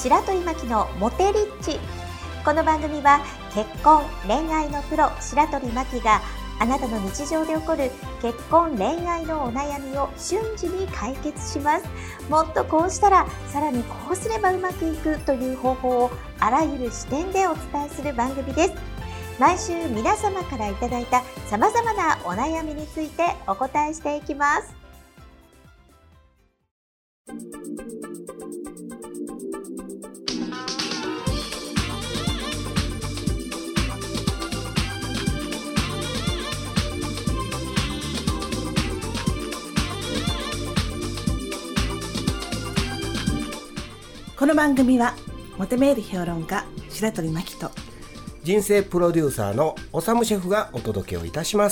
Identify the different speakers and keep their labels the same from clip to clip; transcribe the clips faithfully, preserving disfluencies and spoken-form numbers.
Speaker 1: 白鳥真希のモテリッチ。この番組は結婚恋愛のプロ白鳥真希があなたの日常で起こる結婚恋愛のお悩みを瞬時に解決します。もっとこうしたらさらにこうすればうまくいくという方法をあらゆる視点でお伝えする番組です。毎週皆様からいただいたさまざまなお悩みについてお答えしていきます。
Speaker 2: この番組はモテメール評論家白鳥真希と
Speaker 3: 人生プロデューサーのおさむシェフがお届けをいたします。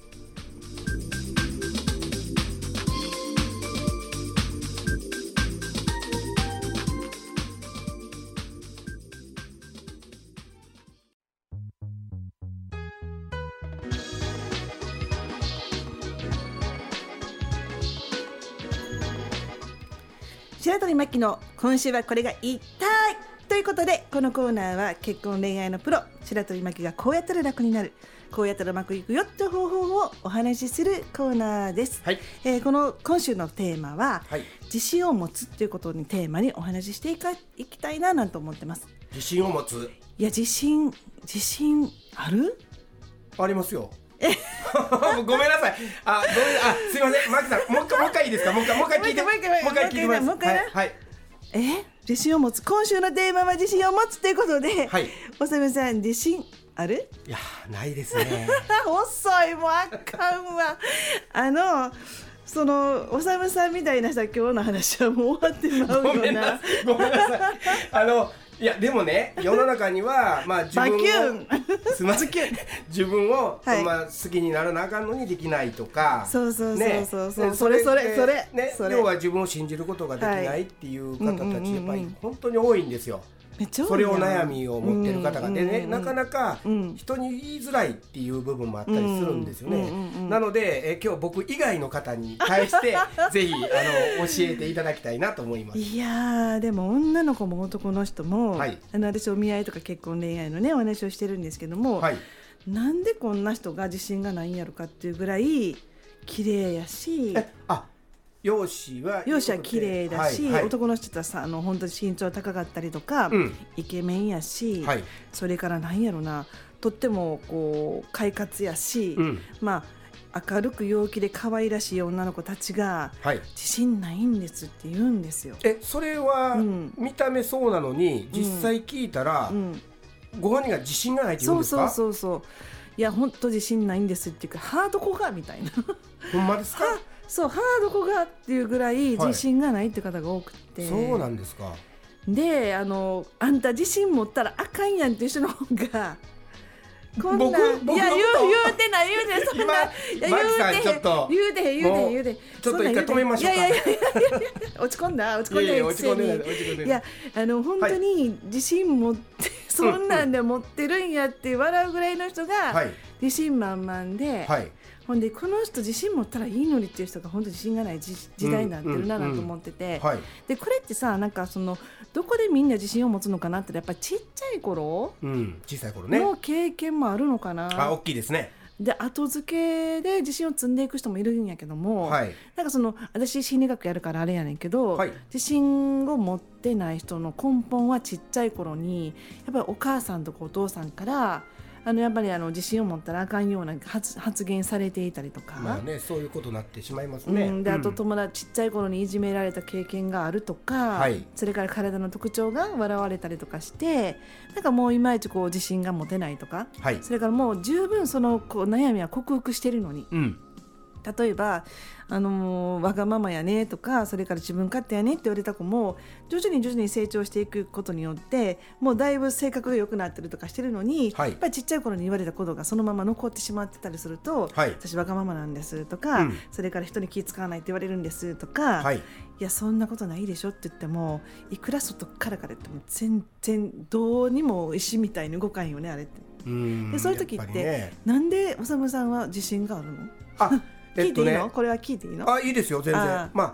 Speaker 2: 白鳥真希の今週はこれが言いたいということで、このコーナーは結婚恋愛のプロ白鳥真希がこうやったら楽になる、こうやったらうまくいくよっていう方法をお話しするコーナーです、
Speaker 3: はい。
Speaker 2: えー、この今週のテーマは、
Speaker 3: はい、
Speaker 2: 自信を持つということにテーマにお話ししていかいきたいななんて思ってます。
Speaker 3: 自信を持つ。
Speaker 2: いや自信自信ある？
Speaker 3: ありますよ。ごめんなさい。あ、ごめん、あ、すいません、マキさん、もう一回、もう一回いいですか。もう一回、もう一回聞いて、もう一回聞いてます。
Speaker 2: もう一回、
Speaker 3: はい、はい。
Speaker 2: え、自信を持つ。今週のテーマは自信を持つということで、
Speaker 3: はい。
Speaker 2: おさむさん自信ある？
Speaker 3: いや、ないですね。
Speaker 2: 遅い、もうあかんわ。あの。そのおさむさんみたいな人は今日の話はもう終わってまうよな。
Speaker 3: ごめんなさい。ごめんなさい。あのいやでもね、世の中にはまあ自分をすみません、自分を、はい、まあ好きにならなあかんのにできないとか、
Speaker 2: そうそうそうそうそう、
Speaker 3: ね、
Speaker 2: それそれそれ
Speaker 3: ね、
Speaker 2: それ
Speaker 3: 要は自分を信じることができないっていう方たちやっぱり本当に多いんですよ。それを悩みを持ってる方がでね、なかなか人に言いづらいっていう部分もあったりするんですよね。なのでえ今日僕以外の方に対してぜひあの教えていただきたいなと思います。
Speaker 2: いやでも女の子も男の人も、はい、あの私お見合いとか結婚恋愛のねお話をしてるんですけども、はい、なんでこんな人が自信がないんやろかっていうぐらい綺麗やし、
Speaker 3: えあ容姿は
Speaker 2: 容姿は綺麗だし、はいはい、男の人はさあの本当に身長高かったりとか、うん、イケメンやし、はい、それからなんやろな、とってもこう快活やし、うん、まあ明るく陽気で可愛らしい女の子たちが、はい、自信ないんですって言うんですよ。
Speaker 3: えそれは、うん、見た目そうなのに実際聞いたら、うん、ご本人が自信がないって言うんですか？
Speaker 2: そうそうそうそう、いや本当自信ないんですっていうか、ハードコアみたいな。
Speaker 3: ほんまですか？
Speaker 2: そう、ハードコアっていうぐらい自信がないって方が多くて、
Speaker 3: はい、そうなんですか。
Speaker 2: で、あのあんた自信持ったらあかんやんっていう人の方がこんな、
Speaker 3: 僕僕
Speaker 2: いや言う言うてない言うてない、そんな、いや言うてへん言うてへん言うてへん言うてへん、
Speaker 3: ちょっと一回止めましょうか。
Speaker 2: いやいやいやいや落ち込んだ落ち込んでるくせに、いやあの本当に自信持って、はい、そんなんで持ってるんやって笑うぐらいの人が自信満々で、はい、ほんでこの人自信持ったらいいのにっていう人が本当に自信がない 時, 時代になってるなと思ってて、うんうんうん、でこれってさ、なんかそのどこでみんな自信を持つのかなってやっぱりちっちゃい頃、
Speaker 3: うん、小さい頃ね
Speaker 2: の経験もあるのかな。
Speaker 3: あ、大きいですね。
Speaker 2: で後付けで自信を積んでいく人もいるんやけども、はい、なんかその私心理学やるからあれやねんけど、はい、自信を持ってない人の根本はちっちゃい頃にやっぱりお母さんとかお父さんからあのやっぱりあの自信を持ったらあかんような 発, 発言されていたりとか、
Speaker 3: まあね、そういうことになってしまいますね、
Speaker 2: うん、であと友達、うん、ちっちゃい頃にいじめられた経験があるとか、はい、それから体の特徴が笑われたりとかして、なんかもういまいちこう自信が持てないとか、はい、それからもう十分そのこう悩みは克服してるのに、うん、例えばあのわがままやねとか、それから自分勝手やねって言われた子も徐々に徐々に成長していくことによってもうだいぶ性格が良くなってるとかしてるのに、はい、やっぱりちっちゃい頃に言われたことがそのまま残ってしまってたりすると、はい、私わがままなんですとか、うん、それから人に気使わないって言われるんですとか、はい、いやそんなことないでしょって言っても、いくら外からから言っても全然どうにも石みたいに動かんよねあれって。うーん、でそういう時って、ね、なんでおさむさんは自信があるの？あ聞いていいの、えっとね、これは聞いていいの？
Speaker 3: あ、いいですよ全然。あ、まあ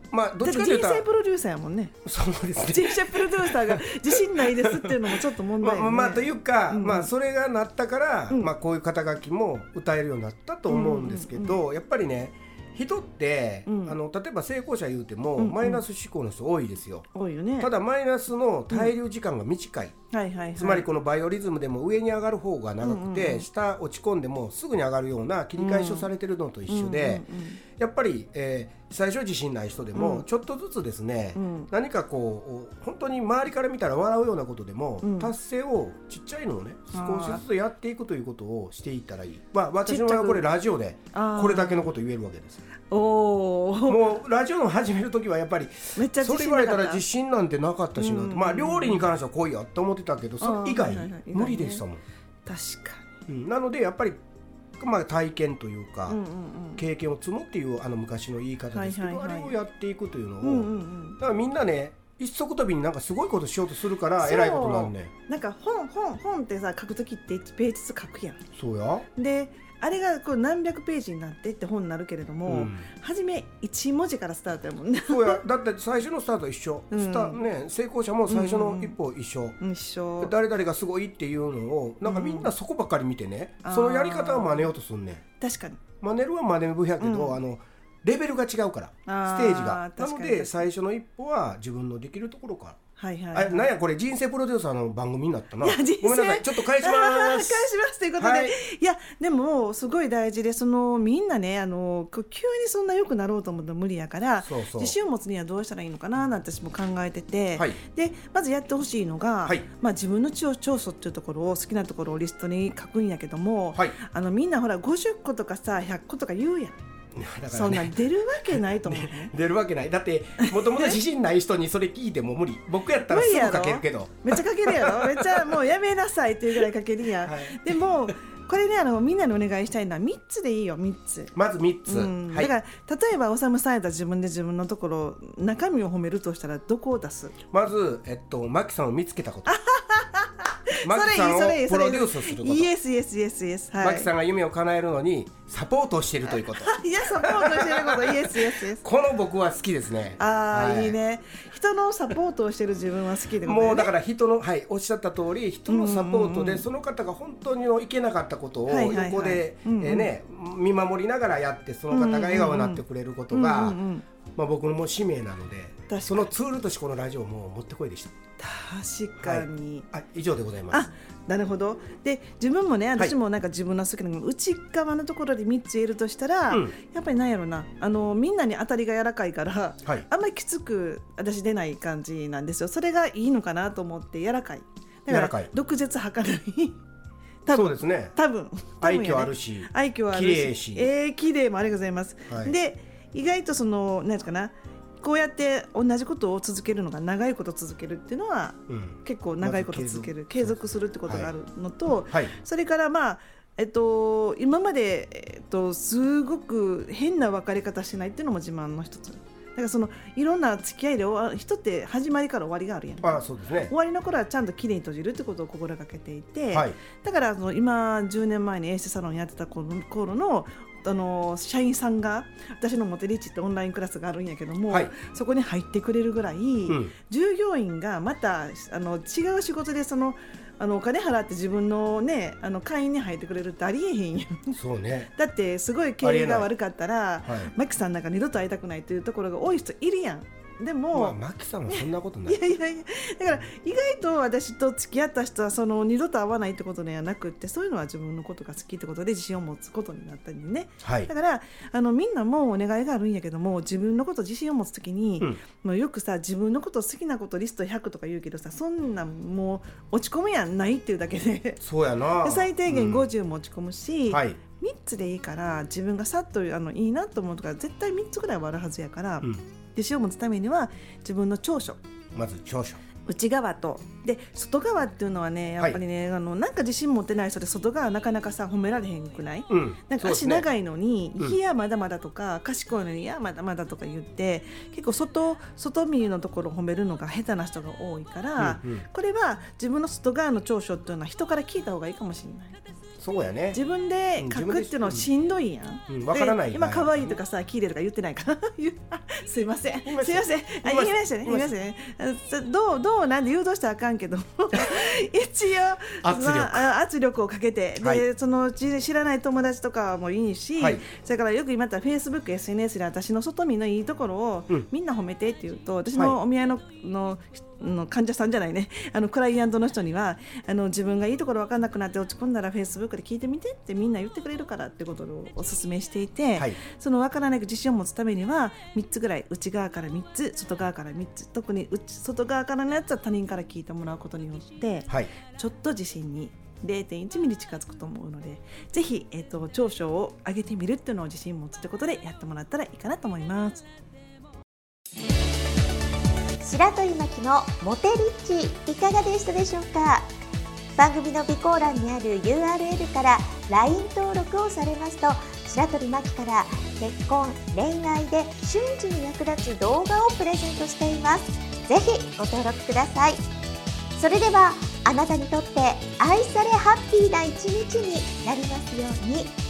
Speaker 3: まあどっちかというと
Speaker 2: 人生プロデューサーやもんね。
Speaker 3: そうですね。
Speaker 2: 人生プロデューサーが自信ないですっていうのもちょっと問題よね。
Speaker 3: まあ、まあというか、
Speaker 2: うん、
Speaker 3: まあそれがなったから、
Speaker 2: うん、
Speaker 3: まあこういう肩書きも歌えるようになったと思うんですけど、うんうんうん、やっぱりね。人って、うん、あの例えば成功者言うても、うんうん、マイナス思考の人多いですよ。
Speaker 2: 多いよね。
Speaker 3: ただマイナスの滞留時間が短い、
Speaker 2: うんはいはいはい、
Speaker 3: つまりこのバイオリズムでも上に上がる方が長くて、うんうんうん、下落ち込んでもすぐに上がるような切り返しをされてるのと一緒で、うんうんうんうん、やっぱり、えー、最初自信ない人でもちょっとずつですね、うん、何かこう本当に周りから見たら笑うようなことでも、うん、達成をちっちゃいのをね少しずつやっていくということをしていったらいい。まあ、私の場合はこれラジオでこれだけのこと言えるわけです。おもうラジオの始める時はやっぱりめっちゃそれ言われたら自信なんてなかったしな、うんうんうん、まあ料理に関しては来いやって思ってたけどそれ以外無理でしたもん、ね、
Speaker 2: 確か
Speaker 3: に、うん、なのでやっぱり、まあ、体験というか、うんうんうん、経験を積むっていうあの昔の言い方ですけど、はいはいはい、あれをやっていくというのを、うんうんうん、だからみんなね一足飛びになんかすごいことしようとするからえらいことになるね。
Speaker 2: なんか本本本ってさ書くときっていちページずつ書くやん。
Speaker 3: そうや
Speaker 2: であれがこう何百ページになってって本になるけれども、うん、初めいち文字からスタートやもんね。
Speaker 3: そうやだって最初のスタート一緒、うんスタね、成功者も最初の一歩一緒、
Speaker 2: うんうん、一緒
Speaker 3: 誰々がすごいっていうのをなんかみんなそこばっかり見てね、うん、そのやり方を真似ようとすんね。
Speaker 2: 確かに
Speaker 3: 真似るは真似るやけど、うん、あのレベルが違うからステージがなので最初の一歩は自分のできるところからはいはいはい、あなんやこれ人生プロデューサーの番組になったな。ごめんなさいちょっと返します返
Speaker 2: しますということで、はい、いやでもすごい大事でそのみんなねあの急にそんな良くなろうと思うと無理やからそうそう自信を持つにはどうしたらいいのかななんて私も考えてて、はい、でまずやってほしいのが、はいまあ、自分の長所っていうところを好きなところをリストに書くんやけども、はい、あのみんなほらごじゅっことかさひゃっことか言うやん。だからね、そんな出るわけないと思う、ね、
Speaker 3: 出るわけない。だってもともと自信ない人にそれ聞いても無理。僕やったらすぐ書けるけど
Speaker 2: めっちゃ書けるやろめっちゃもうやめなさいっていうぐらい書けるやん、はい、でもこれねあのみんなにお願いしたいのはみっつでいいよ。みっつ
Speaker 3: まずみっつ、うんはい、
Speaker 2: だから例えばおさむさんやったら自分で自分のところ中身を褒めるとしたらどこを出す？
Speaker 3: まず、えっと、マキさんを見つけたことマキさんをプロデュースすること。
Speaker 2: イエスイエスイエスイエス、はい、
Speaker 3: マキさんが夢を叶えるのにサポートをしているということ
Speaker 2: いやサポートしていることイエスイエスイエス
Speaker 3: この僕は好きですね。
Speaker 2: あ、はい、いいね。人のサポートをしている自分は好きで、ね、
Speaker 3: もうだから人の、はい、おっしゃった通り人のサポートでその方が本当にいけなかったことを横で見守りながらやってその方が笑顔になってくれることが、まあ、僕のもう使命なのでそのツールとしてこのラジオも持ってこいでした。
Speaker 2: 確かに、
Speaker 3: はい、あ以上でございます。
Speaker 2: あなるほど。で自分もね私もなんか自分の好きな内側のところでみっつ言えるとしたら、うん、やっぱりなんやろなあのみんなに当たりが柔らかいから、はい、あんまりきつく私出ない感じなんですよ。それがいいのかなと思って柔らかいだから毒舌吐かない
Speaker 3: 多分そうですね。
Speaker 2: 多分、ね、
Speaker 3: 愛嬌あるし
Speaker 2: 愛嬌あるし綺麗し、えー、綺麗もありがとうございます、はい、で意外とその何ですかなこうやって同じことを続けるのが長いこと続けるっていうのは、うん、結構長いこと続ける、ま、継続するってことがあるのと、はい、それからまあえっと今まで、えっと、すごく変な別れ方しないっていうのも自慢の一つ。だからそのいろんな付き合いで人って始まりから終わりがあるやん。
Speaker 3: ああそうですね。
Speaker 2: 終わりの頃はちゃんときれいに閉じるってことを心がけていて、はい、だからあの今じゅうねんまえにエステサロンやってた頃のあの社員さんが私のモテリッチってオンラインクラスがあるんやけども、はい、そこに入ってくれるぐらい、うん、従業員がまたあの違う仕事でそのあのお金払って自分のねあの会員に入ってくれるってありえへんやん。そうね。だってすごい経営が悪かったら、はい、マキさんなんか二度と会いたくないっていうところが多い人いるやん。でも、
Speaker 3: まあ、マキさんはそんなことない。
Speaker 2: いやいやいやだから意外と私と付き合った人はその二度と会わないってことではなくってそういうのは自分のことが好きってことで自信を持つことになったりね、はい、だからあのみんなもお願いがあるんやけども自分のこと自信を持つときに、うん、もうよくさ自分のこと好きなことリストひゃくとか言うけどさそんなんもう落ち込むやんないっていうだけで
Speaker 3: そうやな
Speaker 2: で最低限ごじゅうも落ち込むし、うんはい、みっつでいいから自分がさっとあのいいなと思うとか絶対みっつぐらいはあるはずやから、うん自信を持つためには自分の長所
Speaker 3: まず長所
Speaker 2: 内側とで外側っていうのはねやっぱりね、はい、あのなんか自信持ってない人で外側なかなかさ褒められへんくない、うん、なんか足長いのに、ね、いやまだまだとか、うん、賢いのにいやまだまだとか言って結構外外見のところを褒めるのが下手な人が多いから、うんうん、これは自分の外側の長所っていうのは人から聞いた方がいいかもしれない。
Speaker 3: そうやね、
Speaker 2: 自分で書くっていうのしんどいやん、
Speaker 3: うんうん、分からない。
Speaker 2: 今可愛いとかさ綺麗とか言ってないからすいませんすいません言いましたね言いましたねどうどうなんで誘導したらあかんけど一応
Speaker 3: 圧力、
Speaker 2: まあ、圧力をかけて、はい、でその知らない友達とかもいいし、はい、それからよく今ったら Facebook、エスエヌエス で私の外見のいいところを、うん、みんな褒めてって言うと、私のお見合いの、はい、のの患者さんじゃないね、あのクライアントの人にはあの自分がいいところ分かんなくなって落ち込んだら Facebook で聞いてみてってみんな言ってくれるからってことをお勧めしていて、はい、その分からない自信を持つためにはみっつぐらい、内側からみっつ、外側からみっつ、特に内外側からのやつは他人から聞いてもらうことによって、はい、ちょっと自信に れいてんいち ミリ近づくと思うので、ぜひ、えーと、長所を上げてみるっていうのを自信を持つってことでやってもらったらいいかなと思います。
Speaker 1: 白鳥真希のモテリッチいかがでしたでしょうか。番組の備考欄にある ユーアールエル から ライン 登録をされますと、白鳥真希から結婚・恋愛で瞬時に役立つ動画をプレゼントしています。ぜひご登録ください。それではあなたにとって愛されハッピーな一日になりますように。